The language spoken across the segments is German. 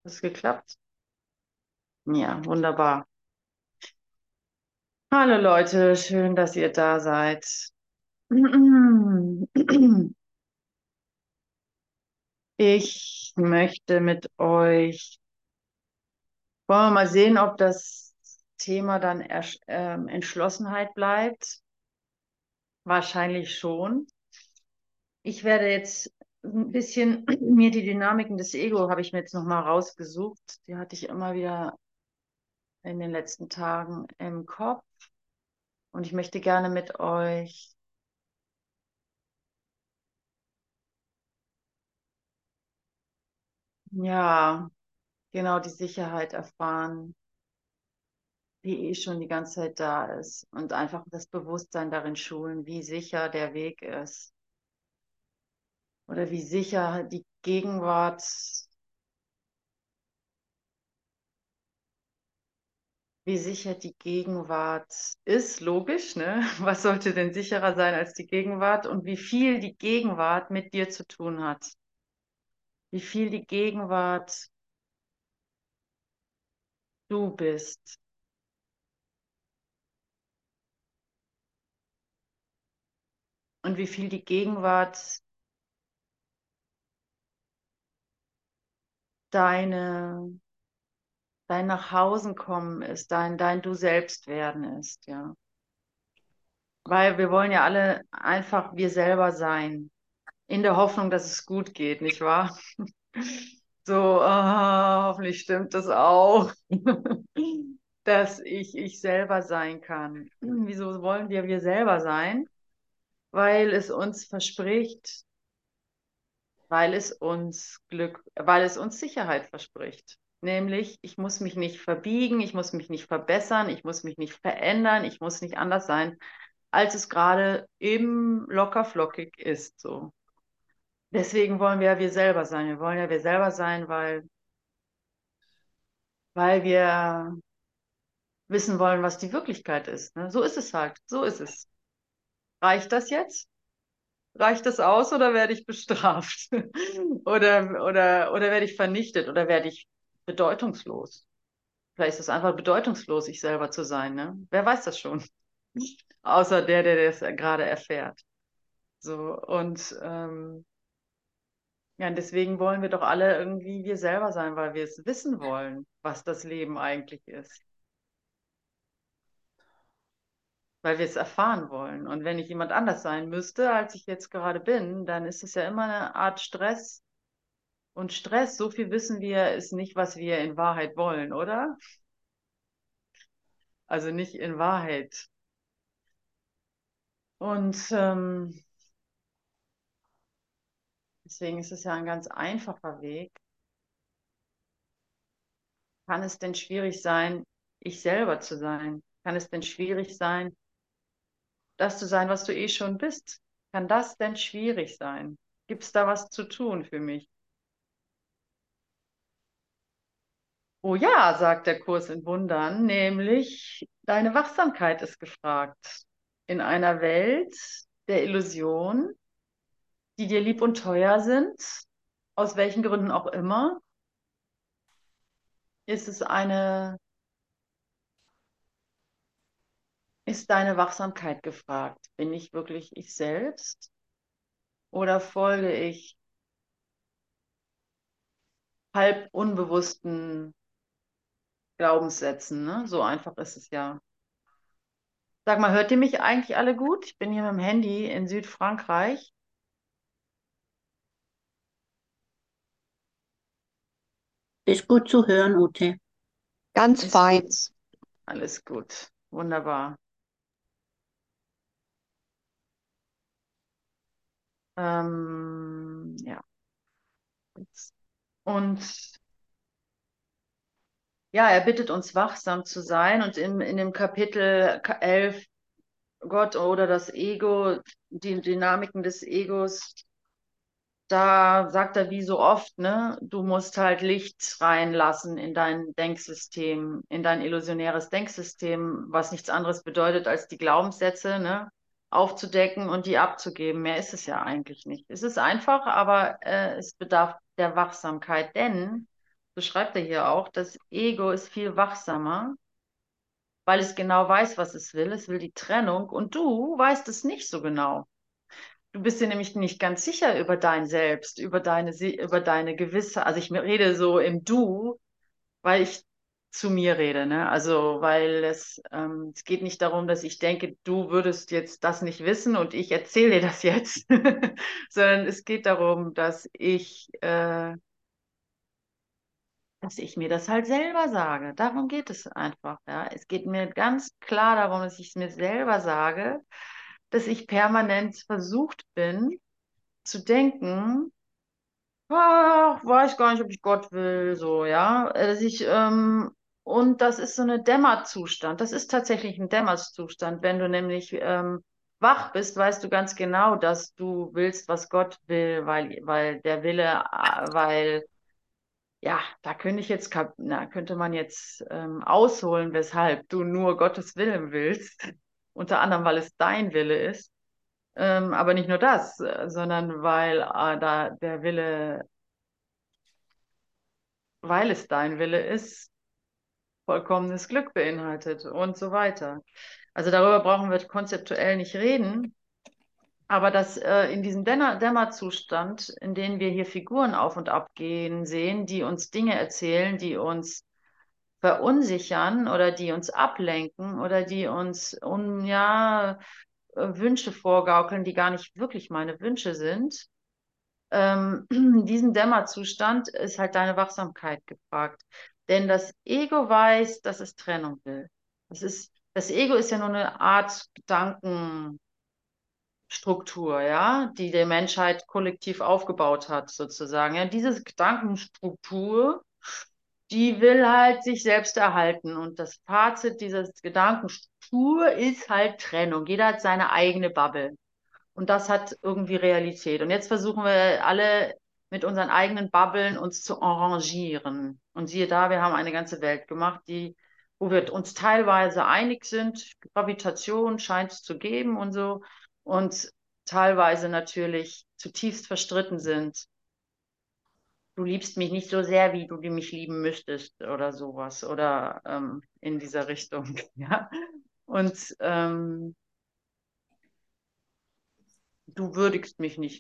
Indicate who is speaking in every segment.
Speaker 1: Hat es geklappt? Ja, wunderbar. Hallo Leute, schön, dass ihr da seid. Ich möchte mit euch, wollen wir mal sehen, ob das Thema dann Entschlossenheit bleibt. Wahrscheinlich schon. Ich werde jetzt ein bisschen mir die Dynamiken des Ego habe ich mir jetzt nochmal rausgesucht. Die hatte ich immer wieder in den letzten Tagen im Kopf. Und ich möchte gerne mit euch, ja, genau die Sicherheit erfahren, die eh schon die ganze Zeit da ist und einfach das Bewusstsein darin schulen, wie sicher der Weg ist oder wie sicher die Gegenwart, wie sicher die Gegenwart ist, logisch, ne? Was sollte denn sicherer sein als die Gegenwart und wie viel die Gegenwart mit dir zu tun hat, wie viel die Gegenwart du bist und wie viel die Gegenwart deine dein Nachhausenkommen ist, dein Du selbst werden ist, ja. Weil wir wollen ja alle einfach wir selber sein, in der Hoffnung, dass es gut geht, nicht wahr? So, hoffentlich stimmt das auch, dass ich selber sein kann. Wieso wollen wir selber sein? Weil es uns verspricht, weil es uns Glück, weil es uns Sicherheit verspricht. Nämlich, ich muss mich nicht verbiegen, ich muss mich nicht verbessern, ich muss mich nicht verändern, ich muss nicht anders sein, als es gerade eben locker flockig ist, so. Deswegen wollen wir ja wir selber sein. Wir wollen ja wir selber sein, weil wir wissen wollen, was die Wirklichkeit ist. Ne? So ist es halt. So ist es. Reicht das jetzt? Reicht das aus oder werde ich bestraft? Oder werde ich vernichtet oder werde ich bedeutungslos? Vielleicht ist es einfach bedeutungslos, sich selber zu sein, ne? Wer weiß das schon? Außer der das gerade erfährt. So, ja, und deswegen wollen wir doch alle irgendwie wir selber sein, weil wir es wissen wollen, was das Leben eigentlich ist. Weil wir es erfahren wollen. Und wenn ich jemand anders sein müsste, als ich jetzt gerade bin, dann ist es ja immer eine Art Stress. Und Stress, so viel wissen wir, ist nicht, was wir in Wahrheit wollen, oder? Also nicht in Wahrheit. Und deswegen ist es ja ein ganz einfacher Weg. Kann es denn schwierig sein, ich selber zu sein? Kann es denn schwierig sein, das zu sein, was du eh schon bist? Kann das denn schwierig sein? Gibt es da was zu tun für mich? Oh ja, sagt der Kurs in Wundern, nämlich deine Wachsamkeit ist gefragt. In einer Welt der Illusion, die dir lieb und teuer sind, aus welchen Gründen auch immer, ist es ist deine Wachsamkeit gefragt. Bin ich wirklich ich selbst oder folge ich halb unbewussten Glaubenssätzen, ne? So einfach ist es ja. Sag mal, hört ihr mich eigentlich alle gut? Ich bin hier mit dem Handy in Südfrankreich.
Speaker 2: Ist gut zu hören, Ute.
Speaker 3: Ganz
Speaker 1: Ist
Speaker 3: fein.
Speaker 1: gut. Alles gut. Wunderbar. Ja. Und ja, er bittet uns wachsam zu sein. Und in dem Kapitel 11 Gott oder das Ego, die Dynamiken des Egos, da sagt er wie so oft, ne, du musst halt Licht reinlassen in dein Denksystem, in dein illusionäres Denksystem, was nichts anderes bedeutet, als die Glaubenssätze, ne, aufzudecken und die abzugeben. Mehr ist es ja eigentlich nicht. Es ist einfach, aber es bedarf der Wachsamkeit, denn beschreibt er hier auch, das Ego ist viel wachsamer, weil es genau weiß, was es will. Es will die Trennung und du weißt es nicht so genau. Du bist dir nämlich nicht ganz sicher über dein Selbst, über deine gewisse, also ich rede so im Du, weil ich zu mir rede, ne? Also, weil es geht nicht darum, dass ich denke, du würdest jetzt das nicht wissen und ich erzähle dir das jetzt, sondern es geht darum, dass ich mir das halt selber sage. Darum geht es einfach, ja. Es geht mir ganz klar darum, dass ich es mir selber sage, dass ich permanent versucht bin zu denken, ach, weiß gar nicht, ob ich Gott will, so, ja. Und das ist so eine Dämmerzustand. Das ist tatsächlich ein Dämmerzustand. Wenn du nämlich wach bist, weißt du ganz genau, dass du willst, was Gott will, weil der Wille, ja, da könnte man jetzt ausholen, weshalb du nur Gottes Willen willst. Unter anderem, weil es dein Wille ist. Aber nicht nur das, sondern da der Wille, weil es dein Wille ist, vollkommenes Glück beinhaltet und so weiter. Also darüber brauchen wir konzeptuell nicht reden, aber in diesem Dämmerzustand, in dem wir hier Figuren auf und ab gehen sehen, die uns Dinge erzählen, die uns verunsichern oder die uns ablenken oder die uns Wünsche vorgaukeln, die gar nicht wirklich meine Wünsche sind. In diesem Dämmerzustand ist halt deine Wachsamkeit gefragt. Denn das Ego weiß, dass es Trennung will. Das Ego ist ja nur eine Art Gedankenstruktur, ja, die der Menschheit kollektiv aufgebaut hat, sozusagen. Ja, diese Gedankenstruktur, die will halt sich selbst erhalten. Und das Fazit dieser Gedankenstruktur ist halt Trennung. Jeder hat seine eigene Bubble. Und das hat irgendwie Realität. Und jetzt versuchen wir alle mit unseren eigenen Bubblen uns zu arrangieren. Und siehe da, wir haben eine ganze Welt gemacht, wo wir uns teilweise einig sind. Gravitation scheint es zu geben und so. Und teilweise natürlich zutiefst verstritten sind. Du liebst mich nicht so sehr, wie du mich lieben müsstest oder sowas. Oder in dieser Richtung. Ja. Und du würdigst mich nicht,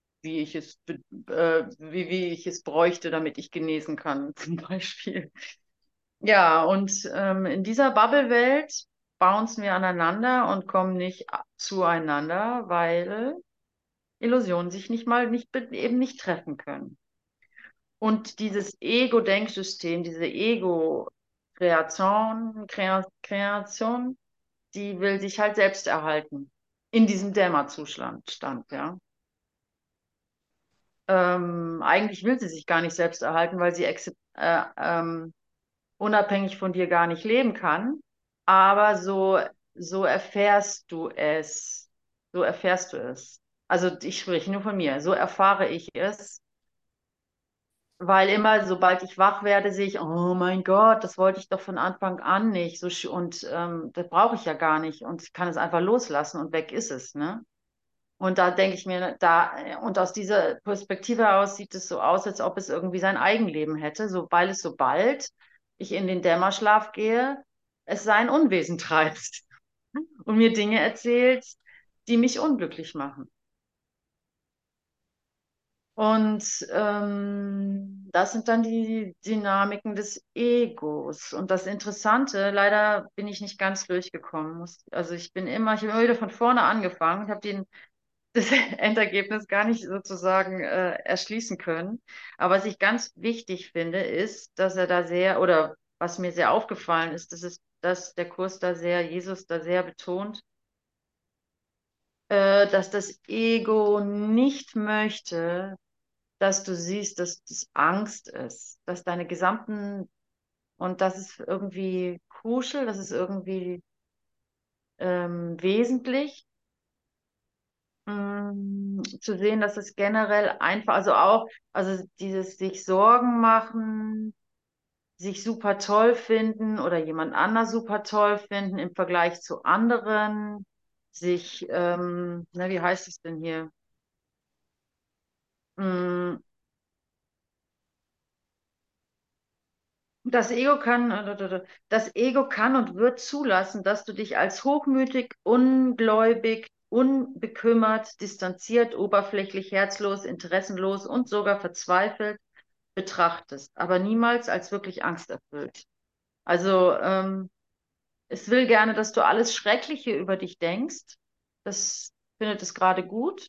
Speaker 1: wie ich es bräuchte, damit ich genesen kann, zum Beispiel. Ja, und in dieser Bubble-Welt bouncen wir aneinander und kommen nicht zueinander, weil Illusionen sich eben nicht treffen können. Und dieses Ego-Denksystem, diese Kreation, die will sich halt selbst erhalten. In diesem Dämmerzustand, ja. Eigentlich will sie sich gar nicht selbst erhalten, weil sie unabhängig von dir gar nicht leben kann. Aber so erfährst du es. So erfährst du es. Also ich spreche nur von mir. So erfahre ich es, weil immer, sobald ich wach werde, sehe ich, oh mein Gott, das wollte ich doch von Anfang an nicht. Und das brauche ich ja gar nicht. Und ich kann es einfach loslassen und weg ist es, ne? Und da denke ich mir, und aus dieser Perspektive heraus sieht es so aus, als ob es irgendwie sein Eigenleben hätte, sobald ich in den Dämmerschlaf gehe, es sein Unwesen treibt und mir Dinge erzählt, die mich unglücklich machen. Und das sind dann die Dynamiken des Egos. Und das Interessante, leider bin ich nicht ganz durchgekommen. Ich habe immer wieder von vorne angefangen. Ich habe das Endergebnis gar nicht sozusagen erschließen können. Aber was ich ganz wichtig finde, ist, dass er da oder was mir sehr aufgefallen ist, dass der Kurs Jesus da sehr betont, dass das Ego nicht möchte, dass du siehst, dass das Angst ist, dass deine und das ist irgendwie crucial, das ist irgendwie wesentlich zu sehen, dass es generell einfach, also dieses sich Sorgen machen, sich super toll finden oder jemand anders super toll finden im Vergleich zu anderen, wie heißt es denn hier? Mm, das Ego kann und wird zulassen, dass du dich als hochmütig, ungläubig, unbekümmert, distanziert, oberflächlich, herzlos, interessenlos und sogar verzweifelt betrachtest, aber niemals als wirklich angsterfüllt. Also es will gerne, dass du alles Schreckliche über dich denkst. Das findet es gerade gut.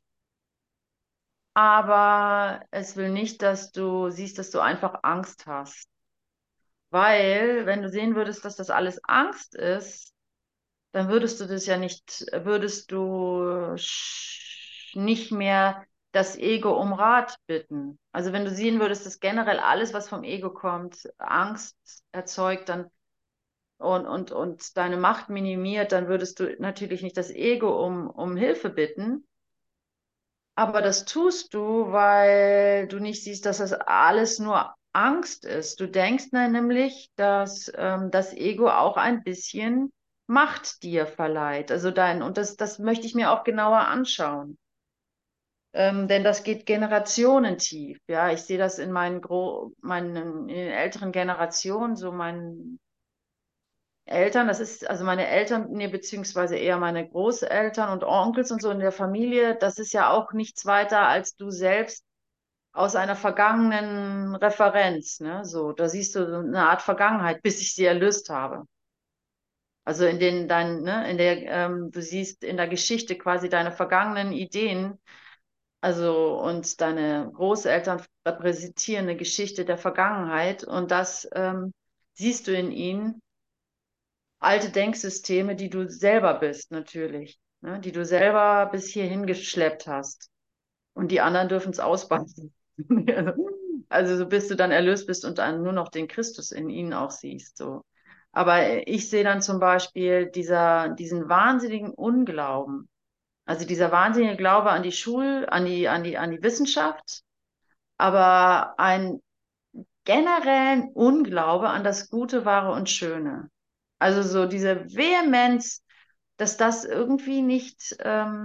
Speaker 1: Aber es will nicht, dass du siehst, dass du einfach Angst hast. Weil, wenn du sehen würdest, dass das alles Angst ist, dann würdest du das ja nicht, würdest du nicht mehr das Ego um Rat bitten. Also wenn du sehen würdest, dass generell alles, was vom Ego kommt, Angst erzeugt, dann und deine Macht minimiert, dann würdest du natürlich nicht das Ego um Hilfe bitten. Aber das tust du, weil du nicht siehst, dass das alles nur Angst ist. Du denkst nämlich, dass das Ego auch ein bisschen Macht dir verleiht. Also und das möchte ich mir auch genauer anschauen. Denn das geht generationentief. Ja, ich sehe das in in den älteren Generationen, so meinen Eltern, das ist, also meine Eltern, nee, beziehungsweise eher meine Großeltern und Onkels und so in der Familie, das ist ja auch nichts weiter als du selbst aus einer vergangenen Referenz, ne? So, da siehst du so eine Art Vergangenheit, bis ich sie erlöst habe. Also ne, du siehst in der Geschichte quasi deine vergangenen Ideen, also und deine Großeltern repräsentieren eine Geschichte der Vergangenheit und das siehst du in ihnen alte Denksysteme, die du selber bist, natürlich, ne? Die du selber bis hierhin geschleppt hast. Und die anderen dürfen es ausbaden. Also so bis du dann erlöst bist und dann nur noch den Christus in ihnen auch siehst. So. Aber ich sehe dann zum Beispiel diesen wahnsinnigen Unglauben, also dieser wahnsinnige Glaube an die an die Wissenschaft, aber einen generellen Unglaube an das Gute, Wahre und Schöne. Also so diese Vehemenz, dass das irgendwie nicht,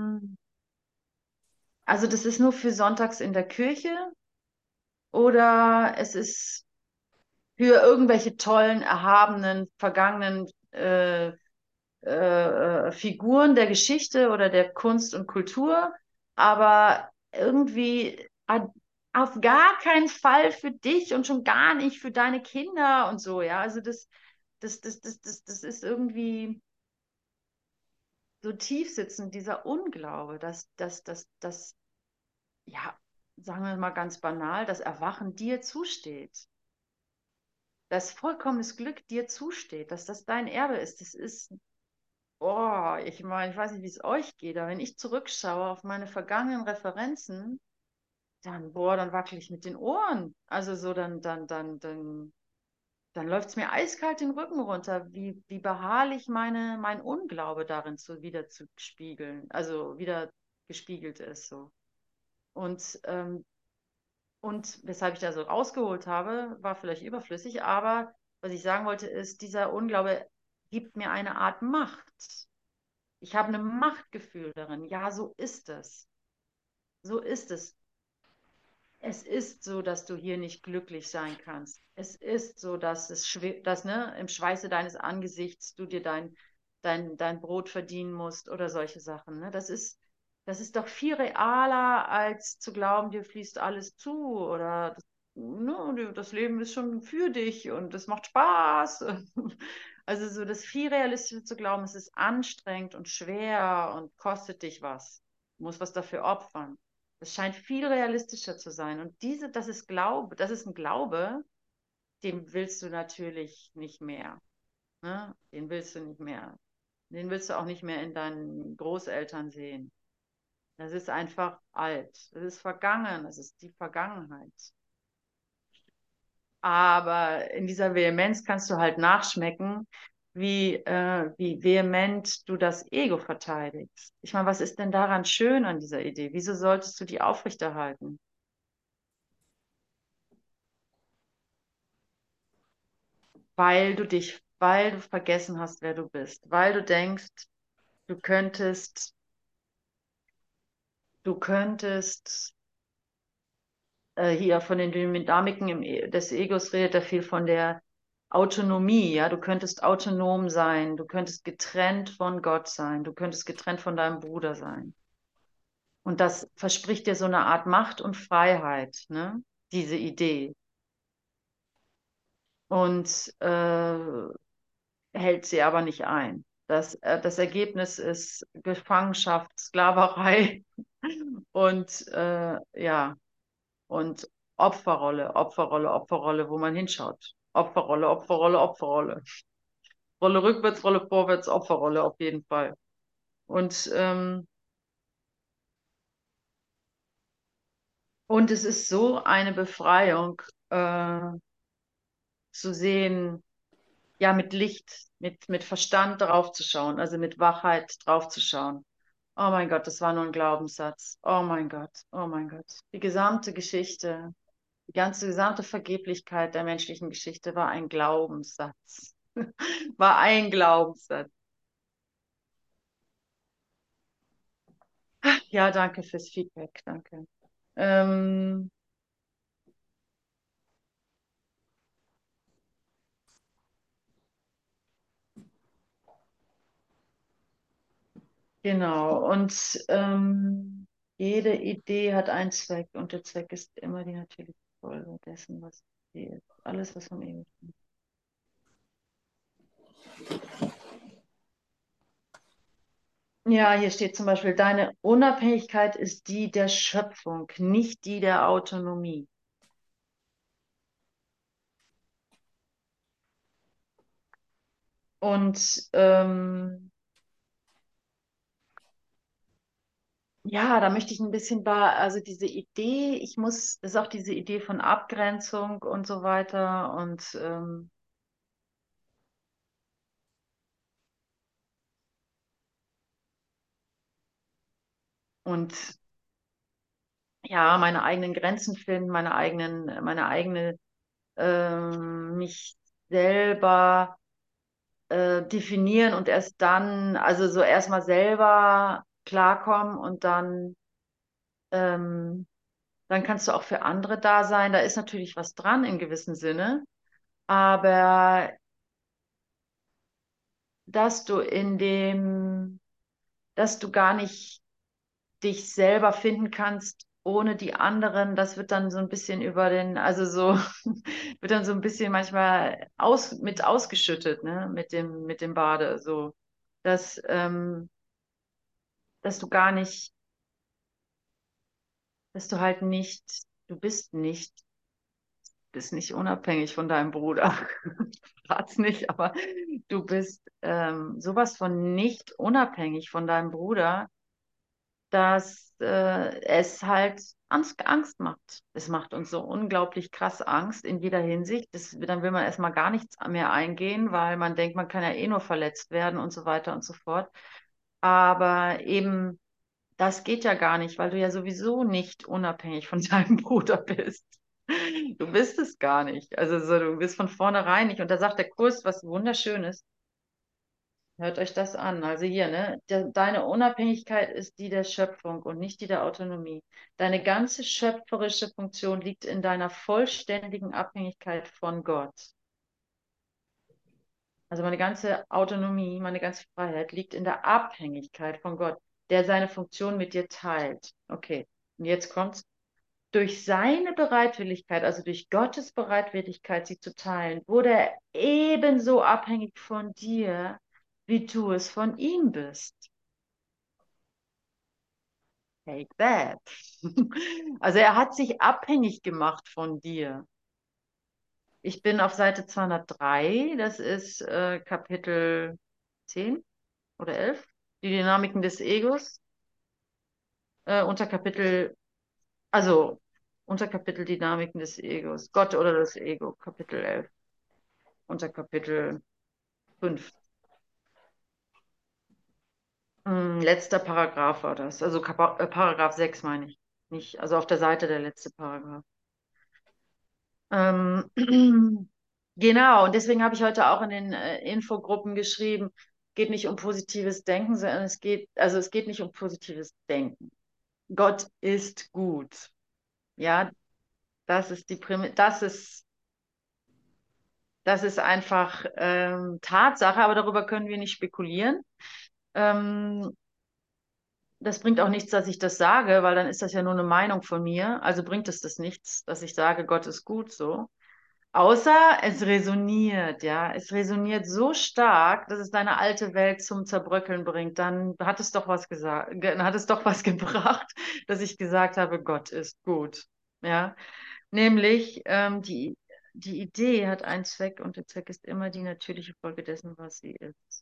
Speaker 1: also das ist nur für sonntags in der Kirche oder es ist für irgendwelche tollen, erhabenen, vergangenen Figuren der Geschichte oder der Kunst und Kultur, aber irgendwie auf gar keinen Fall für dich und schon gar nicht für deine Kinder und so, ja. Also das ist irgendwie so tief sitzend, dieser Unglaube, ja, sagen wir mal ganz banal, das Erwachen dir zusteht. Dass vollkommenes Glück dir zusteht, dass das dein Erbe ist. Das ist, oh, ich meine, ich weiß nicht, wie es euch geht, aber wenn ich zurückschaue auf meine vergangenen Referenzen, dann, boah, dann wackel ich mit den Ohren. Also so, dann läuft es mir eiskalt den Rücken runter, wie beharrlich mein Unglaube darin wieder zu spiegeln, also wieder gespiegelt ist. So. Und, ähm, und weshalb ich da so rausgeholt habe, war vielleicht überflüssig, aber was ich sagen wollte, ist, dieser Unglaube gibt mir eine Art Macht. Ich habe ein Machtgefühl darin. Ja, so ist es. So ist es. Es ist so, dass du hier nicht glücklich sein kannst. Es ist so, dass ne, im Schweiße deines Angesichts du dir dein Brot verdienen musst oder solche Sachen. Ne? Das ist doch viel realer, als zu glauben, dir fließt alles zu oder ne, das Leben ist schon für dich und es macht Spaß. Also so das viel realistischer zu glauben, es ist anstrengend und schwer und kostet dich was. Du musst was dafür opfern. Das scheint viel realistischer zu sein. Und das ist ein Glaube, den willst du natürlich nicht mehr. Ne? Den willst du nicht mehr. Den willst du auch nicht mehr in deinen Großeltern sehen. Das ist einfach alt. Das ist vergangen. Das ist die Vergangenheit. Aber in dieser Vehemenz kannst du halt nachschmecken, wie vehement du das Ego verteidigst. Ich meine, was ist denn daran schön an dieser Idee? Wieso solltest du die aufrechterhalten? Weil du vergessen hast, wer du bist, weil du denkst, du könntest, du könntest, hier von den Dynamiken des Egos redet er viel von Autonomie, ja, du könntest autonom sein, du könntest getrennt von Gott sein, du könntest getrennt von deinem Bruder sein. Und das verspricht dir so eine Art Macht und Freiheit, ne? Diese Idee. Und hält sie aber nicht ein. Das Ergebnis ist Gefangenschaft, Sklaverei und ja, und Opferrolle, Opferrolle, Opferrolle, wo man hinschaut. Opferrolle, Opferrolle, Opferrolle. Rolle rückwärts, Rolle vorwärts, Opferrolle auf jeden Fall. Und, und es ist so eine Befreiung, zu sehen, ja, mit Licht, mit Verstand draufzuschauen, also mit Wachheit draufzuschauen. Oh mein Gott, das war nur ein Glaubenssatz. Oh mein Gott, oh mein Gott. Die gesamte Geschichte, die ganze gesamte Vergeblichkeit der menschlichen Geschichte war ein Glaubenssatz. War ein Glaubenssatz. Ja, danke fürs Feedback, danke. Ähm, genau, und jede Idee hat einen Zweck und der Zweck ist immer die natürliche Folge dessen, was sie ist. Alles, was vom Ewig ist. Ja, hier steht zum Beispiel, deine Unabhängigkeit ist die der Schöpfung, nicht die der Autonomie. Und ja, da möchte ich ein bisschen also diese Idee, das ist auch diese Idee von Abgrenzung und so weiter. Und ja, meine eigenen Grenzen finden, meine eigene, mich selber definieren und erst dann, also so erstmal selber klarkommen und ähm, dann kannst du auch für andere da sein. Da ist natürlich was dran in gewissem Sinne, aber dass du in dem, dass du gar nicht dich selber finden kannst ohne die anderen, das wird dann so ein bisschen also so, wird dann so ein bisschen manchmal mit ausgeschüttet, ne, mit dem Bade, so, dass, dass du gar nicht, dass du halt nicht, du bist nicht unabhängig von deinem Bruder. Rat's nicht, aber du bist sowas von nicht unabhängig von deinem Bruder, dass es halt Angst macht. Es macht uns so unglaublich krass Angst in jeder Hinsicht. Dann will man erstmal gar nichts mehr eingehen, weil man denkt, man kann ja eh nur verletzt werden und so weiter und so fort. Aber eben, das geht ja gar nicht, weil du ja sowieso nicht unabhängig von deinem Bruder bist. Du bist es gar nicht. Also so, du bist von vornherein nicht. Und da sagt der Kurs was Wunderschönes. Hört euch das an. Also hier, ne? Deine Unabhängigkeit ist die der Schöpfung und nicht die der Autonomie. Deine ganze schöpferische Funktion liegt in deiner vollständigen Abhängigkeit von Gott. Also meine ganze Autonomie, meine ganze Freiheit liegt in der Abhängigkeit von Gott, der seine Funktion mit dir teilt. Okay, und jetzt kommt's. Durch seine Bereitwilligkeit, also durch Gottes Bereitwilligkeit, sie zu teilen, wurde er ebenso abhängig von dir, wie du es von ihm bist. Take that. Also er hat sich abhängig gemacht von dir. Ich bin auf Seite 203, das ist Kapitel 10 oder 11, die Dynamiken des Egos, Unterkapitel, also Unterkapitel Dynamiken des Egos, Gott oder das Ego, Kapitel 11, Unterkapitel 5. Letzter Paragraph war das, also Paragraph 6 meine ich, nicht, also auf der Seite der letzte Paragraph. Ähm, genau, und deswegen habe ich heute auch in den Infogruppen geschrieben, geht nicht um positives Denken, sondern es geht nicht um positives Denken. Gott ist gut. Ja, das ist die Prämisse, Das ist einfach Tatsache, aber darüber können wir nicht spekulieren. Ähm, Das bringt auch nichts, dass ich das sage, weil dann ist das ja nur eine Meinung von mir. Also bringt es das nichts, dass ich sage, Gott ist gut so. Außer es resoniert, ja. Es resoniert so stark, dass es deine alte Welt zum Zerbröckeln bringt. Dann hat es doch was gesagt, dann hat es doch was gebracht, dass ich gesagt habe, Gott ist gut. Ja. Nämlich, die Idee hat einen Zweck und der Zweck ist immer die natürliche Folge dessen, was sie ist.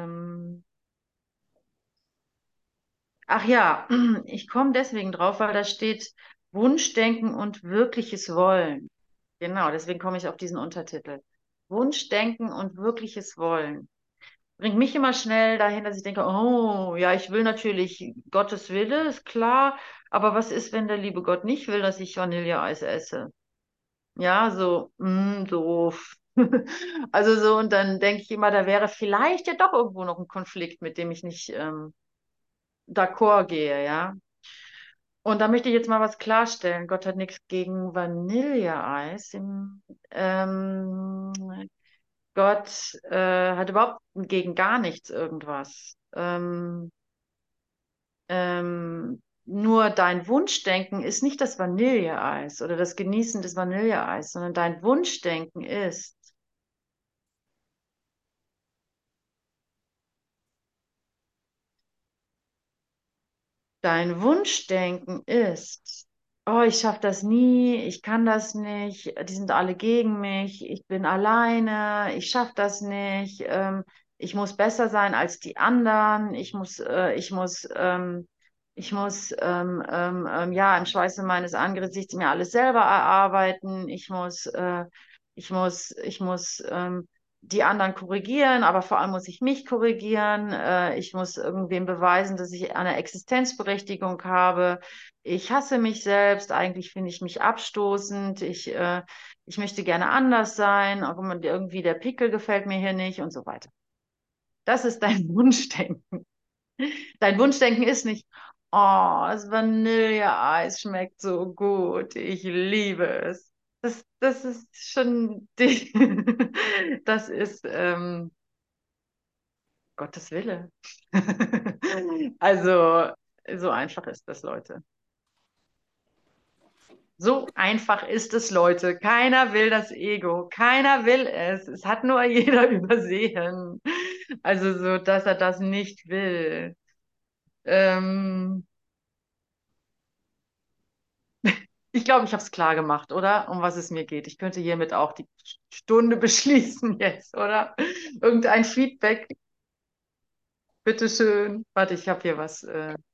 Speaker 1: Ach ja, ich komme deswegen drauf, weil da steht Wunschdenken und wirkliches Wollen. Genau, deswegen komme ich auf diesen Untertitel. Wunschdenken und wirkliches Wollen. Bringt mich immer schnell dahin, dass ich denke, oh, ja, ich will natürlich Gottes Wille, ist klar, aber was ist, wenn der liebe Gott nicht will, dass ich Vanilleeis esse? Ja, so, doof. Also so, und dann denke ich immer, da wäre vielleicht ja doch irgendwo noch ein Konflikt, mit dem ich nicht d'accord gehe, ja. Und da möchte ich jetzt mal was klarstellen. Gott hat nichts gegen Vanilleeis. Ähm, Gott hat überhaupt gegen gar nichts irgendwas. Nur dein Wunschdenken ist nicht das Vanilleeis oder das Genießen des Vanilleeis, sondern dein Wunschdenken ist, dein Wunschdenken ist, oh, ich schaffe das nie, ich kann das nicht, die sind alle gegen mich, ich bin alleine, ich schaffe das nicht, ich muss besser sein als die anderen, ja, im Schweiße meines Angesichts mir alles selber erarbeiten, ich muss die anderen korrigieren, aber vor allem muss ich mich korrigieren. Ich muss irgendwem beweisen, dass ich eine Existenzberechtigung habe. Ich hasse mich selbst. Eigentlich finde ich mich abstoßend. Ich möchte gerne anders sein. Auch irgendwie der Pickel gefällt mir hier nicht und so weiter. Das ist dein Wunschdenken. Dein Wunschdenken ist nicht, oh, das Vanilleeis schmeckt so gut. Ich liebe es. Das ist schon die, das ist Gottes Wille. Also, so einfach ist das, Leute. So einfach ist es, Leute. Keiner will das Ego. Keiner will es. Es hat nur jeder übersehen. Also so, dass er das nicht will. Ähm, Ich glaube, ich habe es klar gemacht, oder? Um was es mir geht. Ich könnte hiermit auch die Stunde beschließen jetzt, oder? Irgendein Feedback, bitteschön. Warte, ich habe hier was.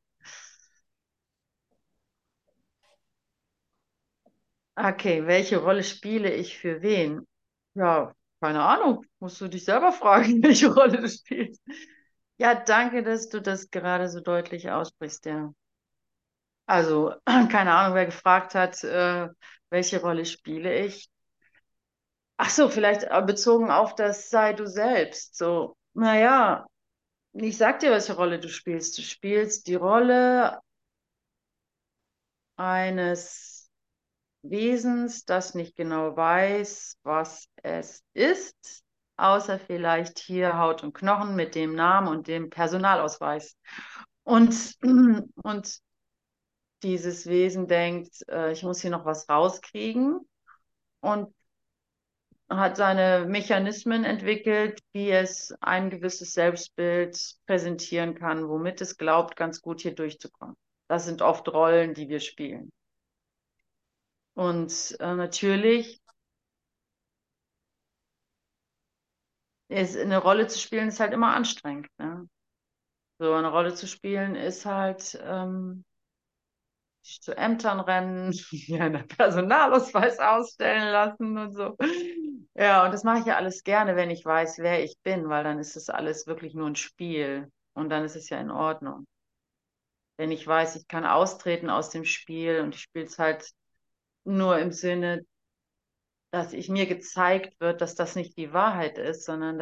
Speaker 1: Okay, welche Rolle spiele ich für wen? Ja, keine Ahnung. Musst du dich selber fragen, welche Rolle du spielst. Ja, danke, dass du das gerade so deutlich aussprichst, ja. Also, keine Ahnung, wer gefragt hat, welche Rolle spiele ich. Ach so, vielleicht bezogen auf das sei du selbst. So, naja, ich sag dir, welche Rolle du spielst. Du spielst die Rolle eines Wesens, das nicht genau weiß, was es ist, außer vielleicht hier Haut und Knochen mit dem Namen und dem Personalausweis. Und, und dieses Wesen denkt, ich muss hier noch was rauskriegen und hat seine Mechanismen entwickelt, wie es ein gewisses Selbstbild präsentieren kann, womit es glaubt, ganz gut hier durchzukommen. Das sind oft Rollen, die wir spielen. Und natürlich ist eine Rolle zu spielen, ist halt immer anstrengend. Ne? So eine Rolle zu spielen ist halt zu Ämtern rennen, mir einen Personalausweis ausstellen lassen und so. Ja, und das mache ich ja alles gerne, wenn ich weiß, wer ich bin, weil dann ist es alles wirklich nur ein Spiel und dann ist es ja in Ordnung. Wenn ich weiß, ich kann austreten aus dem Spiel und ich spiele es halt nur im Sinne, dass ich mir gezeigt wird, dass das nicht die Wahrheit ist, sondern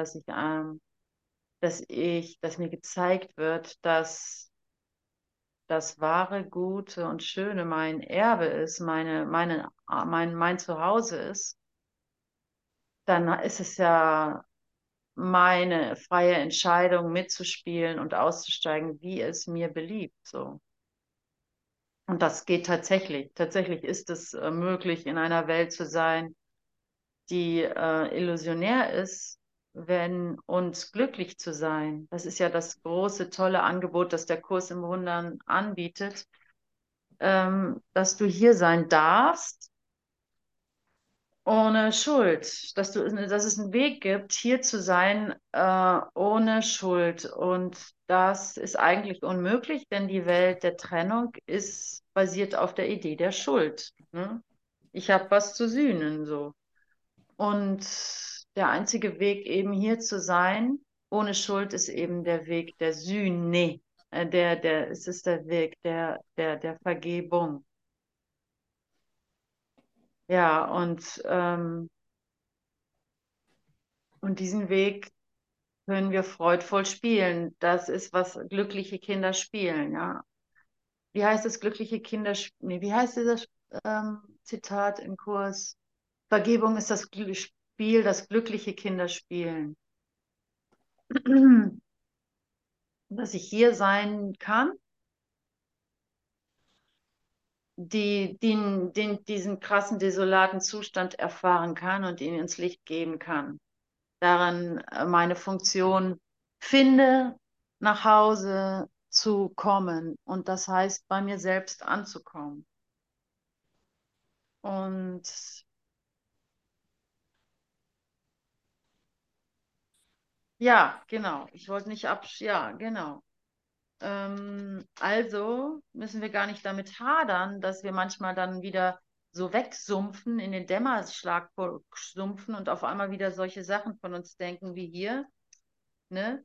Speaker 1: dass mir gezeigt wird, dass das wahre, Gute und Schöne mein Erbe ist, mein Zuhause ist, dann ist es ja meine freie Entscheidung, mitzuspielen und auszusteigen, wie es mir beliebt, so. Und das geht tatsächlich. Tatsächlich ist es möglich, in einer Welt zu sein, die illusionär ist, wenn uns glücklich zu sein. Das ist ja das große, tolle Angebot, das der Kurs im Wundern anbietet, dass du hier sein darfst ohne Schuld, dass es einen Weg gibt, hier zu sein, ohne Schuld. Und das ist eigentlich unmöglich, denn die Welt der Trennung ist basiert auf der Idee der Schuld. Ne? Ich habe was zu sühnen, so. Und der einzige Weg, eben hier zu sein, ohne Schuld, ist eben der Weg der Sühne. Es ist der Weg der Vergebung. Ja, und diesen Weg können wir freudvoll spielen. Das ist, was glückliche Kinder spielen, ja. Wie heißt es, glückliche Kinder, nee, wie heißt dieses Zitat im Kurs? Vergebung ist das Spiel, das glückliche Kinder spielen. Dass ich hier sein kann, diesen krassen, desolaten Zustand erfahren kann und ihn ins Licht geben kann. Darin meine Funktion finde, nach Hause zu kommen. Und das heißt, bei mir selbst anzukommen. Und ja, genau. Ich wollte nicht ja, genau. Also müssen wir gar nicht damit hadern, dass wir manchmal dann wieder so wegsumpfen, in den Dämmerschlag sumpfen und auf einmal wieder solche Sachen von uns denken wie hier, ne?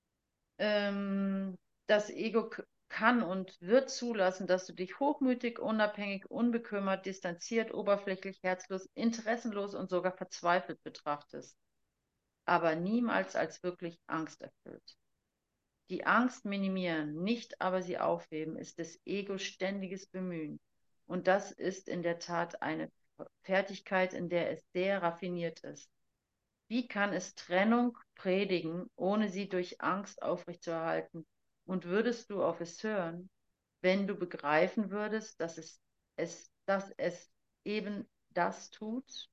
Speaker 1: Das Ego kann und wird zulassen, dass du dich hochmütig, unabhängig, unbekümmert, distanziert, oberflächlich, herzlos, interessenlos und sogar verzweifelt betrachtest, aber niemals als wirklich angsterfüllt. Die Angst minimieren, nicht aber sie aufheben, ist des Egos ständiges Bemühen. Und das ist in der Tat eine Fertigkeit, in der es sehr raffiniert ist. Wie kann es Trennung predigen, ohne sie durch Angst aufrechtzuerhalten? Und würdest du auf es hören, wenn du begreifen würdest, dass es eben das tut?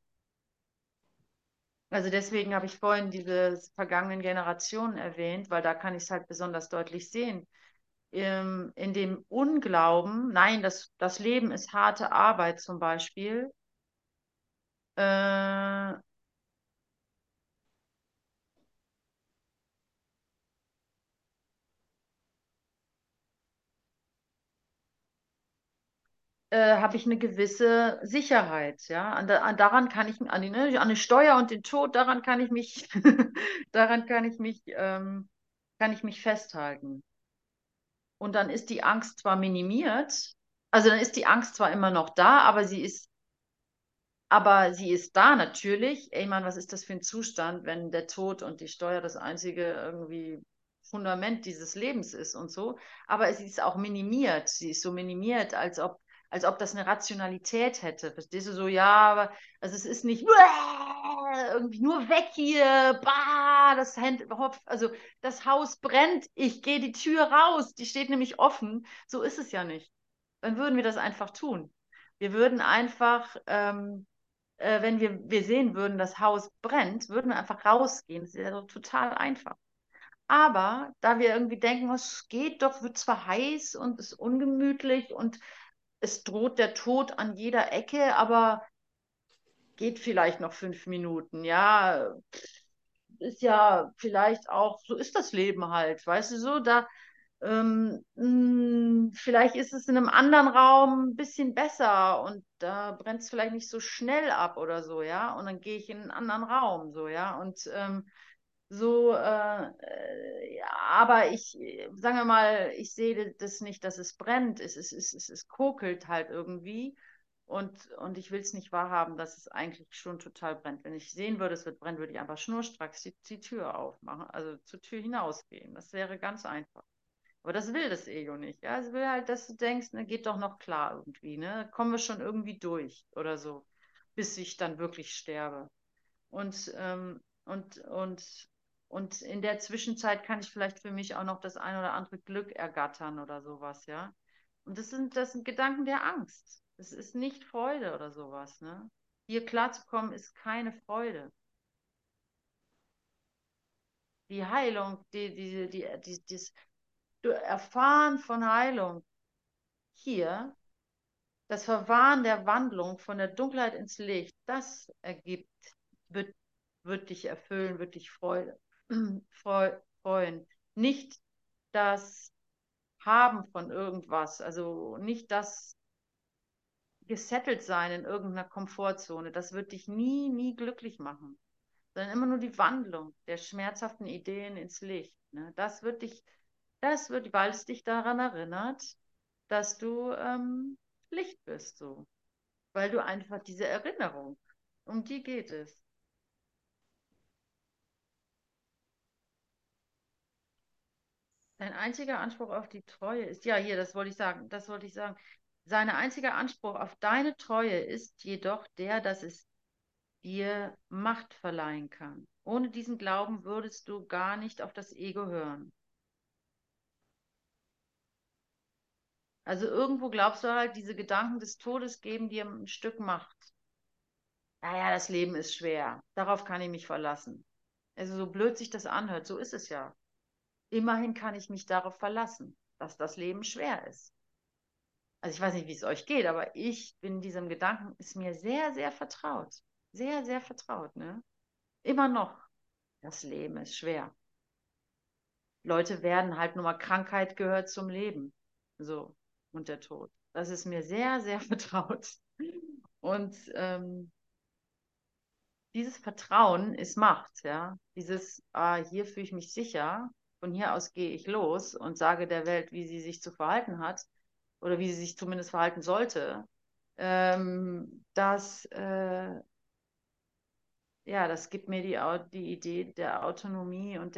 Speaker 1: Also deswegen habe ich vorhin diese vergangenen Generationen erwähnt, weil da kann ich es halt besonders deutlich sehen. In dem Unglauben, nein, das Leben ist harte Arbeit zum Beispiel, äh, habe ich eine gewisse Sicherheit, ja. Daran kann ich, an die Steuer und den Tod, daran kann ich mich, daran kann ich mich festhalten. Und dann ist die Angst zwar minimiert, also dann ist die Angst zwar immer noch da, aber sie ist da natürlich. Ey Mann, was ist das für ein Zustand, wenn der Tod und die Steuer das einzige irgendwie Fundament dieses Lebens ist und so. Aber sie ist auch minimiert. Sie ist so minimiert, als ob das eine Rationalität hätte. Verstehst du so, ja, aber also es ist nicht irgendwie nur weg hier, bah, also das Haus brennt, ich gehe die Tür raus, die steht nämlich offen. So ist es ja nicht. Dann würden wir das einfach tun. Wir würden einfach wenn wir sehen würden, das Haus brennt, würden wir einfach rausgehen. Das ist ja so total einfach. Aber da wir irgendwie denken, oh, es geht doch, wird zwar heiß und ist ungemütlich und es droht der Tod an jeder Ecke, aber geht vielleicht noch 5 Minuten. Ja, ist ja vielleicht auch, so ist das Leben halt, weißt du so, vielleicht ist es in einem anderen Raum ein bisschen besser und da brennt es vielleicht nicht so schnell ab oder so, ja. Und dann gehe ich in einen anderen Raum, so, ja. Und ja, aber sagen wir mal, ich sehe das nicht, dass es brennt. Es kokelt halt irgendwie. Und ich will es nicht wahrhaben, dass es eigentlich schon total brennt. Wenn ich sehen würde, es wird brennen, würde ich einfach schnurstracks die Tür aufmachen, also zur Tür hinausgehen. Das wäre ganz einfach. Aber das will das Ego nicht. Ja? Es will halt, dass du denkst, ne, geht doch noch klar irgendwie, ne? Kommen wir schon irgendwie durch oder so, bis ich dann wirklich sterbe. Und in der Zwischenzeit kann ich vielleicht für mich auch noch das ein oder andere Glück ergattern oder sowas, ja. Und das sind Gedanken der Angst. Es ist nicht Freude oder sowas, ne? Hier klarzukommen ist keine Freude. Die Heilung, du Erfahren von Heilung hier, das Verwahren der Wandlung von der Dunkelheit ins Licht, das ergibt, wird, wird dich erfüllen, wird dich freuen. Nicht das Haben von irgendwas, also nicht das gesettelt sein in irgendeiner Komfortzone, das wird dich nie, nie glücklich machen, sondern immer nur die Wandlung der schmerzhaften Ideen ins Licht. Ne? Weil es dich daran erinnert, dass du Licht bist, so. Weil du einfach diese Erinnerung, um die geht es. Dein einziger Anspruch auf die Treue ist, ja, hier, das wollte ich sagen. Sein einziger Anspruch auf deine Treue ist jedoch der, dass es dir Macht verleihen kann. Ohne diesen Glauben würdest du gar nicht auf das Ego hören. Also irgendwo glaubst du halt, diese Gedanken des Todes geben dir ein Stück Macht. Naja, das Leben ist schwer. Darauf kann ich mich verlassen. Also so blöd sich das anhört, so ist es ja. Immerhin kann ich mich darauf verlassen, dass das Leben schwer ist. Also ich weiß nicht, wie es euch geht, aber ich bin diesem Gedanken, ist mir sehr, sehr vertraut. Sehr, sehr vertraut, ne? Immer noch. Das Leben ist schwer. Leute werden halt nur mal, Krankheit gehört zum Leben. So. Und der Tod. Das ist mir sehr, sehr vertraut. Und dieses Vertrauen ist Macht, ja. Hier fühle ich mich sicher, von hier aus gehe ich los und sage der Welt, wie sie sich zu verhalten hat oder wie sie sich zumindest verhalten sollte. Das, ja, das gibt mir die Idee der Autonomie und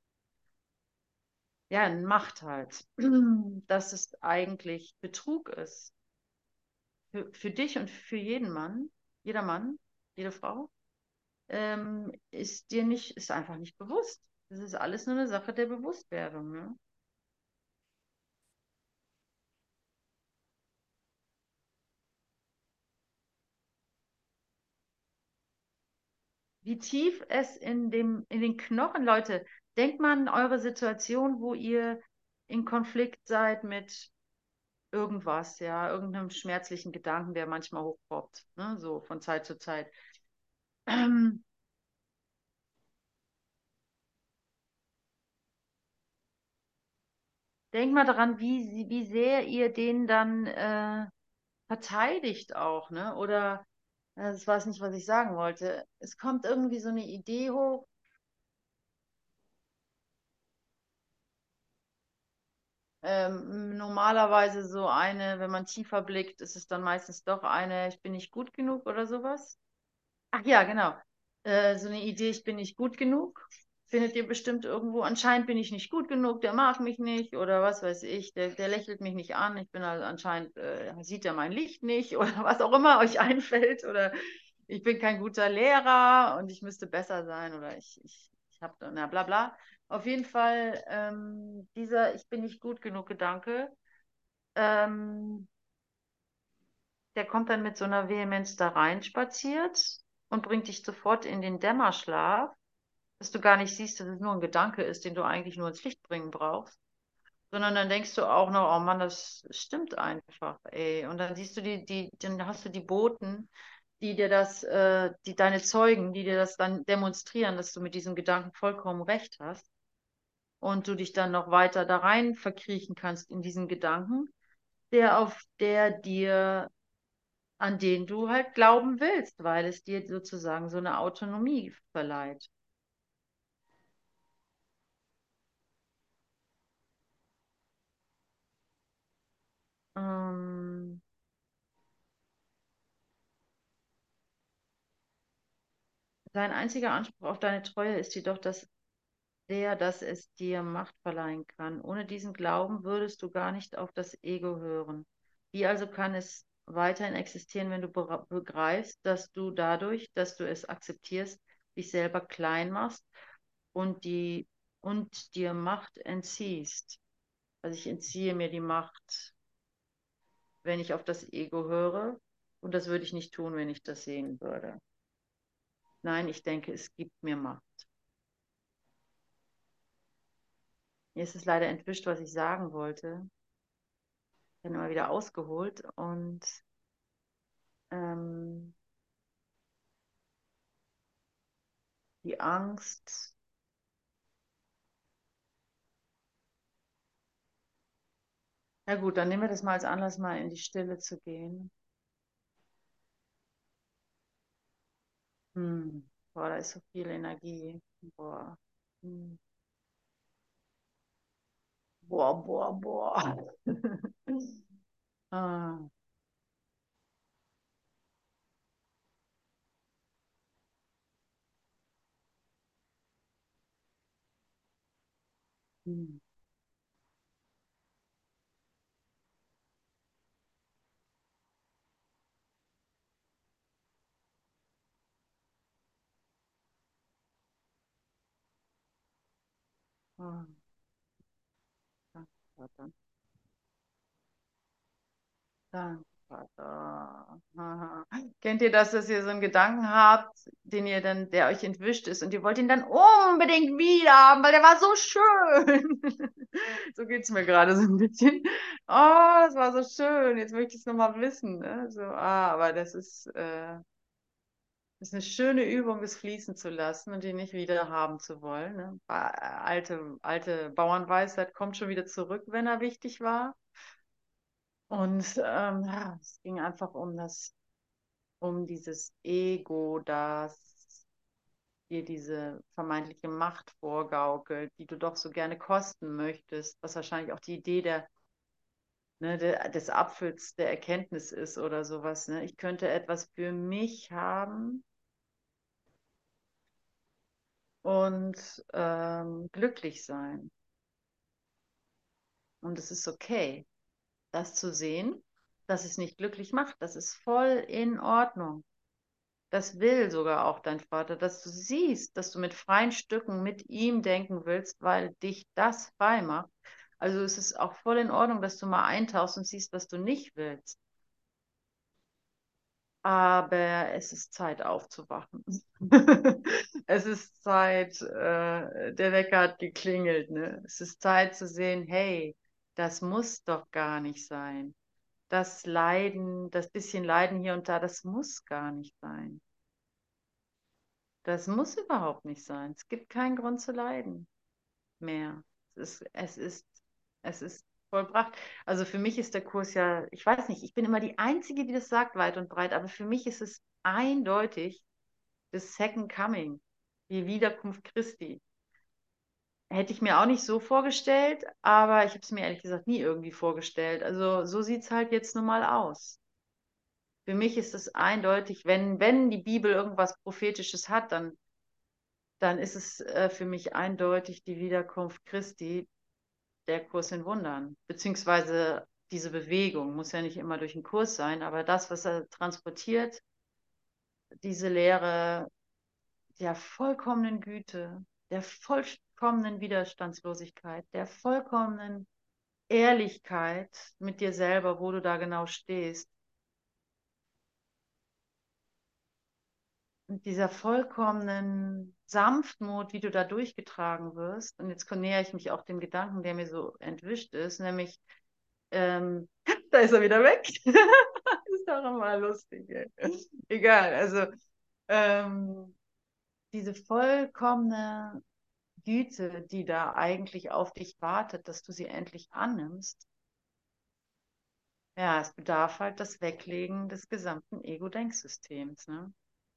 Speaker 1: ja, Macht halt, dass es eigentlich Betrug ist. Für dich und für jeden Mann, jeder Mann, jede Frau, ist einfach nicht bewusst. Das ist alles nur eine Sache der Bewusstwerdung. Ne? Wie tief es in den Knochen, Leute, denkt mal an eure Situation, wo ihr in Konflikt seid mit irgendwas, ja, irgendeinem schmerzlichen Gedanken, der manchmal hochpoppt, ne, so von Zeit zu Zeit. Denkt mal daran, wie sehr ihr den dann verteidigt auch, ne? Oder das weiß nicht, was ich sagen wollte. Es kommt irgendwie so eine Idee hoch. Normalerweise so eine, wenn man tiefer blickt, ist es dann meistens doch eine, ich bin nicht gut genug oder sowas. Ach ja, genau. So eine Idee, ich bin nicht gut genug. Findet ihr bestimmt irgendwo. Anscheinend bin ich nicht gut genug, der mag mich nicht oder was weiß ich, der lächelt mich nicht an. Ich bin also anscheinend, sieht er mein Licht nicht oder was auch immer euch einfällt. Oder ich bin kein guter Lehrer und ich müsste besser sein oder ich habe, na bla bla. Auf jeden Fall, dieser Ich bin nicht gut genug Gedanke, ähm, der kommt dann mit so einer Vehemenz da rein spaziert und bringt dich sofort in den Dämmerschlaf, dass du gar nicht siehst, dass es nur ein Gedanke ist, den du eigentlich nur ins Licht bringen brauchst. Sondern dann denkst du auch noch, oh Mann, das stimmt einfach, ey. Und dann siehst du dann hast du die Boten, deine Zeugen, die dir das dann demonstrieren, dass du mit diesem Gedanken vollkommen recht hast. Und du dich dann noch weiter da rein verkriechen kannst in diesen Gedanken, an den du halt glauben willst, weil es dir sozusagen so eine Autonomie verleiht. Ähm, Dein einziger Anspruch auf deine Treue ist jedoch dass es dir Macht verleihen kann. Ohne diesen Glauben würdest du gar nicht auf das Ego hören. Wie also kann es weiterhin existieren, wenn du begreifst, dass du dadurch, dass du es akzeptierst, dich selber klein machst und dir Macht entziehst. Also ich entziehe mir die Macht, wenn ich auf das Ego höre. Und das würde ich nicht tun, wenn ich das sehen würde. Nein, ich denke, es gibt mir Macht. Mir ist es leider entwischt, was ich sagen wollte. Ich habe immer wieder ausgeholt und ähm, die Angst. Ja gut, dann nehmen wir das mal als Anlass, mal in die Stille zu gehen. Boah, da ist so viel Energie. Boah. Hm. Boah, boah, boah. Ah. Hm. Ah. Danke, Vater. Danke, Vater. Aha. Kennt ihr das, dass ihr so einen Gedanken habt, der euch entwischt ist und ihr wollt ihn dann unbedingt wieder haben, weil der war so schön. So geht es mir gerade so ein bisschen. Oh, das war so schön. Jetzt möchte ich es nochmal wissen. Ne? So, aber das ist eine schöne Übung, es fließen zu lassen und ihn nicht wieder haben zu wollen. Ne? Alte Bauernweisheit kommt schon wieder zurück, wenn er wichtig war. Und ja, es ging einfach um dieses Ego, das dir diese vermeintliche Macht vorgaukelt, die du doch so gerne kosten möchtest, was wahrscheinlich auch die Idee des Apfels der Erkenntnis ist oder sowas. Ne? Ich könnte etwas für mich haben und glücklich sein. Und es ist okay, das zu sehen, dass es nicht glücklich macht. Das ist voll in Ordnung. Das will sogar auch dein Vater, dass du siehst, dass du mit freien Stücken mit ihm denken willst, weil dich das frei macht. Also es ist auch voll in Ordnung, dass du mal eintauchst und siehst, was du nicht willst. Aber es ist Zeit aufzuwachen. Es ist Zeit, der Wecker hat geklingelt, ne? Es ist Zeit zu sehen, hey, das muss doch gar nicht sein. Das Leiden, das bisschen Leiden hier und da, das muss gar nicht sein. Das muss überhaupt nicht sein. Es gibt keinen Grund zu leiden mehr. Es ist, es ist, es ist vollbracht. Also für mich ist der Kurs ja, ich weiß nicht, ich bin immer die Einzige, die das sagt, weit und breit, aber für mich ist es eindeutig das Second Coming, die Wiederkunft Christi. Hätte ich mir auch nicht so vorgestellt, aber ich habe es mir ehrlich gesagt nie irgendwie vorgestellt. Also so sieht es halt jetzt nun mal aus. Für mich ist es eindeutig, wenn die Bibel irgendwas Prophetisches hat, dann ist es für mich eindeutig die Wiederkunft Christi, der Kurs in Wundern. Beziehungsweise diese Bewegung muss ja nicht immer durch einen Kurs sein, aber das, was er transportiert, diese Lehre der vollkommenen Güte, der vollkommenen Widerstandslosigkeit, der vollkommenen Ehrlichkeit mit dir selber, wo du da genau stehst, mit dieser vollkommenen Sanftmut, wie du da durchgetragen wirst. Und jetzt nähere ich mich auch dem Gedanken, der mir so entwischt ist, nämlich, da ist er wieder weg. Das ist doch immer lustig. Ey. Egal, also ähm, diese vollkommene Güte, die da eigentlich auf dich wartet, dass du sie endlich annimmst. Ja, es bedarf halt das Weglegen des gesamten Ego-Denksystems. Ne?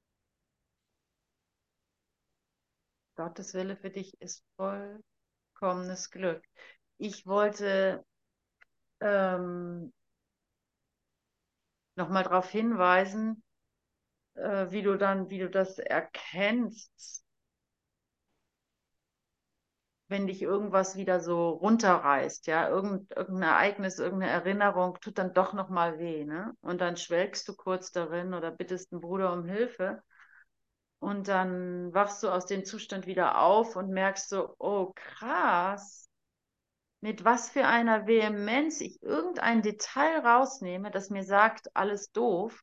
Speaker 1: Gottes Wille für dich ist vollkommenes Glück. Ich wollte nochmal darauf hinweisen, wie du das erkennst, wenn dich irgendwas wieder so runterreißt, ja, irgendein Ereignis, irgendeine Erinnerung tut dann doch nochmal weh, ne? Und dann schwelgst du kurz darin oder bittest einen Bruder um Hilfe. Und dann wachst du aus dem Zustand wieder auf und merkst so, oh krass, mit was für einer Vehemenz ich irgendein Detail rausnehme, das mir sagt, alles doof.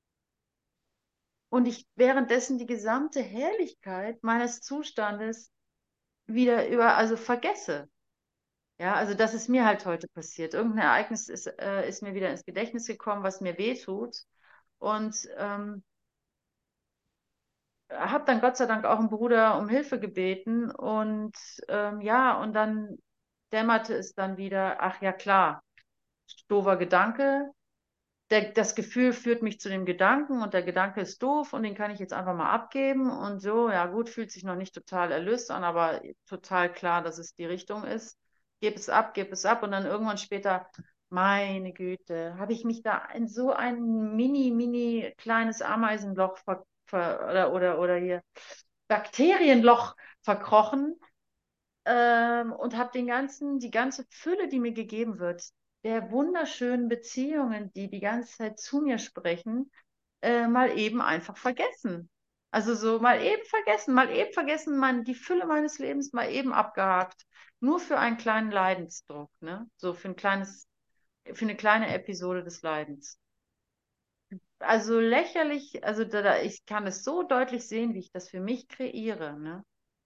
Speaker 1: Und ich währenddessen die gesamte Herrlichkeit meines Zustandes wieder also vergesse. Ja, also das ist mir halt heute passiert. Irgendein Ereignis ist mir wieder ins Gedächtnis gekommen, was mir wehtut. Und habe dann Gott sei Dank auch einen Bruder um Hilfe gebeten. Und ja, und dann dämmerte es dann wieder, ach ja klar, doofer Gedanke. Das Gefühl führt mich zu dem Gedanken und der Gedanke ist doof und den kann ich jetzt einfach mal abgeben und so, ja gut, fühlt sich noch nicht total erlöst an, aber total klar, dass es die Richtung ist. Gib es ab und dann irgendwann später, meine Güte, habe ich mich da in so ein mini kleines Ameisenloch oder hier Bakterienloch verkrochen, und habe die ganze Fülle, die mir gegeben wird, der wunderschönen Beziehungen, die die ganze Zeit zu mir sprechen, mal eben einfach vergessen. Also so mal eben vergessen, die Fülle meines Lebens mal eben abgehakt. Nur für einen kleinen Leidensdruck, ne? So für eine kleine Episode des Leidens. Also lächerlich, also ich kann es so deutlich sehen, wie ich das für mich kreiere, ne?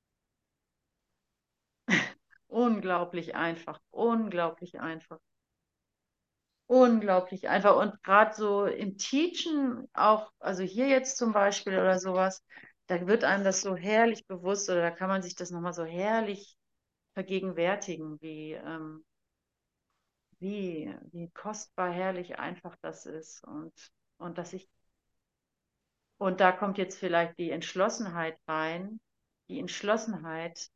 Speaker 1: Unglaublich einfach, unglaublich einfach. Unglaublich einfach. Und gerade so im Teachen auch, also hier jetzt zum Beispiel oder sowas, da wird einem das so herrlich bewusst oder da kann man sich das nochmal so herrlich vergegenwärtigen, wie kostbar herrlich einfach das ist. Und dass ich, und da kommt jetzt vielleicht die Entschlossenheit rein, die Entschlossenheit,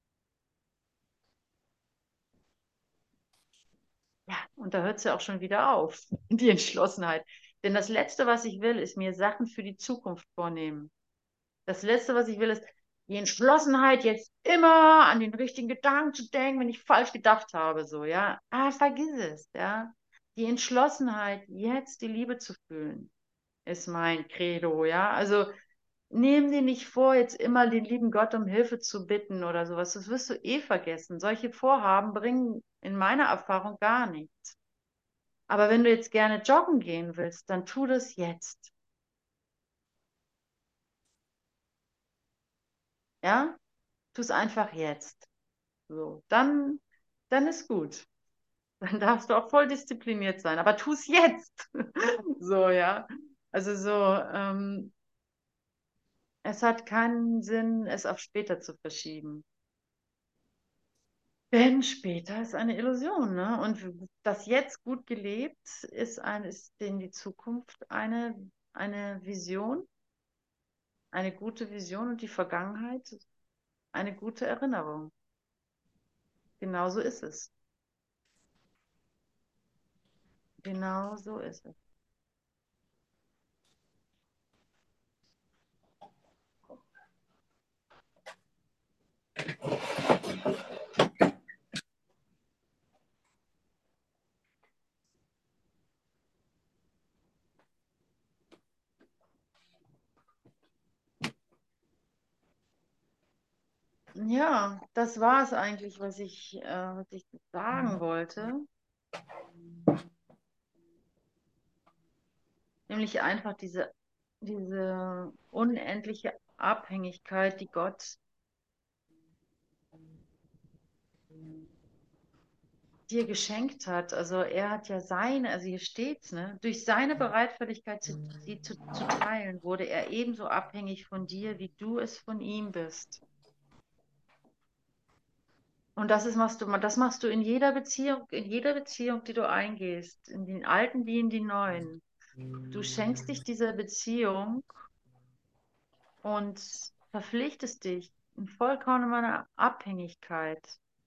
Speaker 1: ja, und da hört es ja auch schon wieder auf, die Entschlossenheit. Denn das Letzte, was ich will, ist mir Sachen für die Zukunft vornehmen. Das Letzte, was ich will, ist die Entschlossenheit, jetzt immer an den richtigen Gedanken zu denken, wenn ich falsch gedacht habe, so, ja. Ah, vergiss es, ja. Die Entschlossenheit, jetzt die Liebe zu fühlen, ist mein Credo, ja. Also, nehm dir nicht vor, jetzt immer den lieben Gott um Hilfe zu bitten oder sowas. Das wirst du eh vergessen. Solche Vorhaben bringen in meiner Erfahrung gar nichts. Aber wenn du jetzt gerne joggen gehen willst, dann tu das jetzt, ja. Tu es einfach jetzt. So, dann ist gut. Dann darfst du auch voll diszipliniert sein, aber tu es jetzt. So, ja. Also so, es hat keinen Sinn, es auf später zu verschieben. Denn später ist eine Illusion, ne? Und das jetzt gut gelebt ist in die Zukunft eine Vision, eine gute Vision und die Vergangenheit eine gute Erinnerung. Genauso ist es. Genau so ist es. Ja, das war es eigentlich, was ich sagen wollte. Nämlich einfach diese unendliche Abhängigkeit, die Gott dir geschenkt hat. Also er hat ja also hier steht's, ne? Durch seine Bereitwilligkeit, sie zu teilen, wurde er ebenso abhängig von dir, wie du es von ihm bist. Und das machst du in jeder Beziehung, die du eingehst, in den alten wie in die neuen. Du schenkst dich dieser Beziehung und verpflichtest dich in vollkommener Abhängigkeit,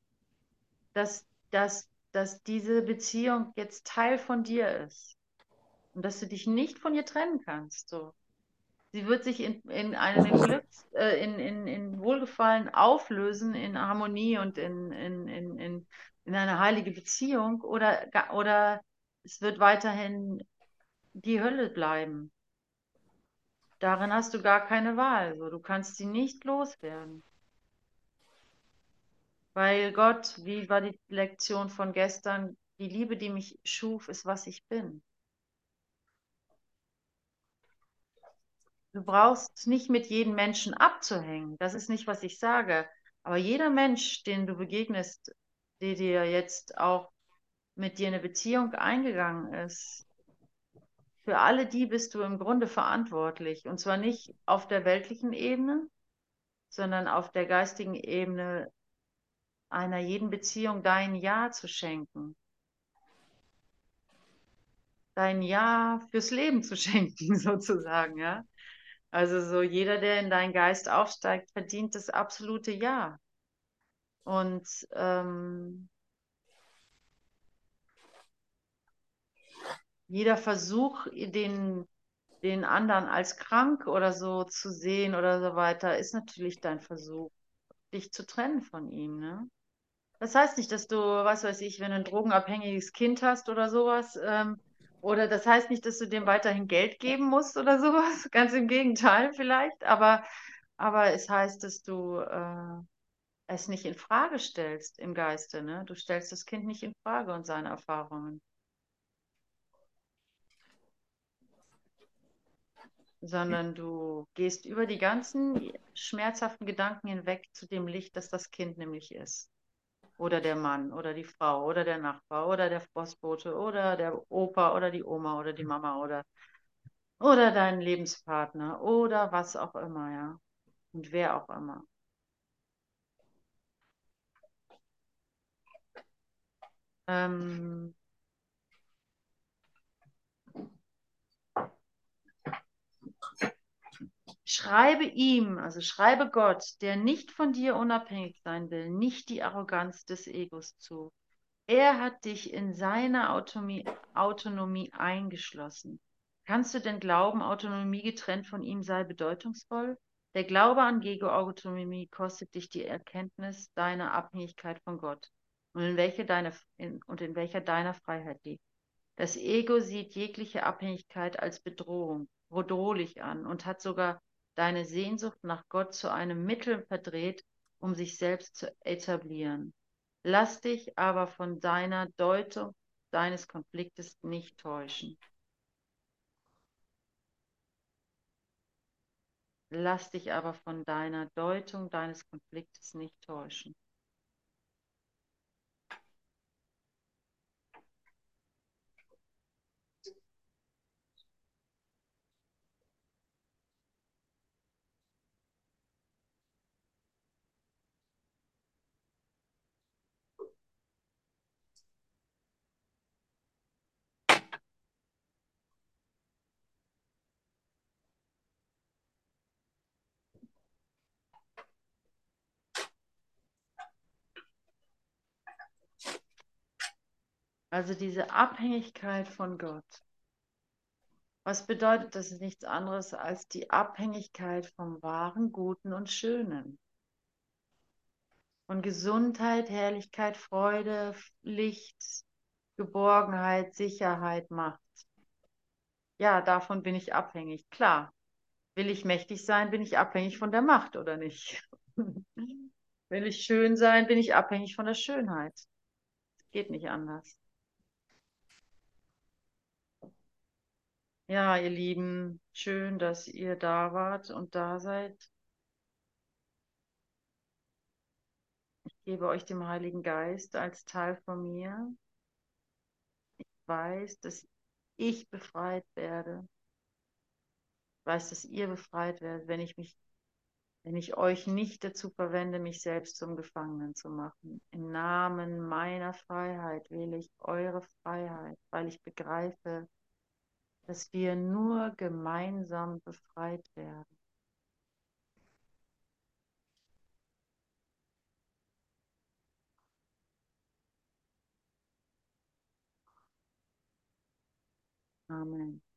Speaker 1: dass diese Beziehung jetzt Teil von dir ist und dass du dich nicht von ihr trennen kannst. So. Sie wird sich in einen in Wohlgefallen auflösen, in Harmonie und in eine heilige Beziehung oder es wird weiterhin die Hölle bleiben. Darin hast du gar keine Wahl. So, du kannst sie nicht loswerden. Weil Gott, wie war die Lektion von gestern, die Liebe, die mich schuf, ist, was ich bin. Du brauchst nicht mit jedem Menschen abzuhängen. Das ist nicht, was ich sage. Aber jeder Mensch, den du begegnest, der dir jetzt auch mit dir eine Beziehung eingegangen ist, für alle die bist du im Grunde verantwortlich. Und zwar nicht auf der weltlichen Ebene, sondern auf der geistigen Ebene einer jeden Beziehung dein Ja zu schenken. Dein Ja fürs Leben zu schenken, sozusagen, ja. Also so jeder, der in deinen Geist aufsteigt, verdient das absolute Ja. Und jeder Versuch, den anderen als krank oder so zu sehen oder so weiter, ist natürlich dein Versuch, dich zu trennen von ihm, ne? Das heißt nicht, dass du, was weiß ich, wenn du ein drogenabhängiges Kind hast oder sowas, oder das heißt nicht, dass du dem weiterhin Geld geben musst oder sowas. Ganz im Gegenteil vielleicht, aber es heißt, dass du es nicht in Frage stellst im Geiste, ne? Du stellst das Kind nicht in Frage und seine Erfahrungen, sondern du gehst über die ganzen schmerzhaften Gedanken hinweg zu dem Licht, das das Kind nämlich ist. Oder der Mann oder die Frau oder der Nachbar oder der Postbote oder der Opa oder die Oma oder die Mama oder dein Lebenspartner oder was auch immer, ja. Und wer auch immer. Ähm, Schreibe ihm, also schreibe Gott, der nicht von dir unabhängig sein will, nicht die Arroganz des Egos zu. Er hat dich in seiner Autonomie eingeschlossen. Kannst du denn glauben, Autonomie getrennt von ihm sei bedeutungsvoll? Der Glaube an Ego-Autonomie kostet dich die Erkenntnis deiner Abhängigkeit von Gott und in welcher deiner Freiheit liegt. Das Ego sieht jegliche Abhängigkeit als Bedrohung, bedrohlich an und hat sogar deine Sehnsucht nach Gott zu einem Mittel verdreht, um sich selbst zu etablieren. Lass dich aber von deiner Deutung deines Konfliktes nicht täuschen. Lass dich aber von deiner Deutung deines Konfliktes nicht täuschen. Also diese Abhängigkeit von Gott. Was bedeutet das? Nichts anderes als die Abhängigkeit vom Wahren, Guten und Schönen. Von Gesundheit, Herrlichkeit, Freude, Licht, Geborgenheit, Sicherheit, Macht. Ja, davon bin ich abhängig. Klar, will ich mächtig sein, bin ich abhängig von der Macht, oder nicht? Will ich schön sein, bin ich abhängig von der Schönheit. Geht nicht anders. Ja, ihr Lieben, schön, dass ihr da wart und da seid. Ich gebe euch dem Heiligen Geist als Teil von mir. Ich weiß, dass ich befreit werde. Ich weiß, dass ihr befreit werdet, wenn ich euch nicht dazu verwende, mich selbst zum Gefangenen zu machen. Im Namen meiner Freiheit wähle ich eure Freiheit, weil ich begreife, dass wir nur gemeinsam befreit werden. Amen.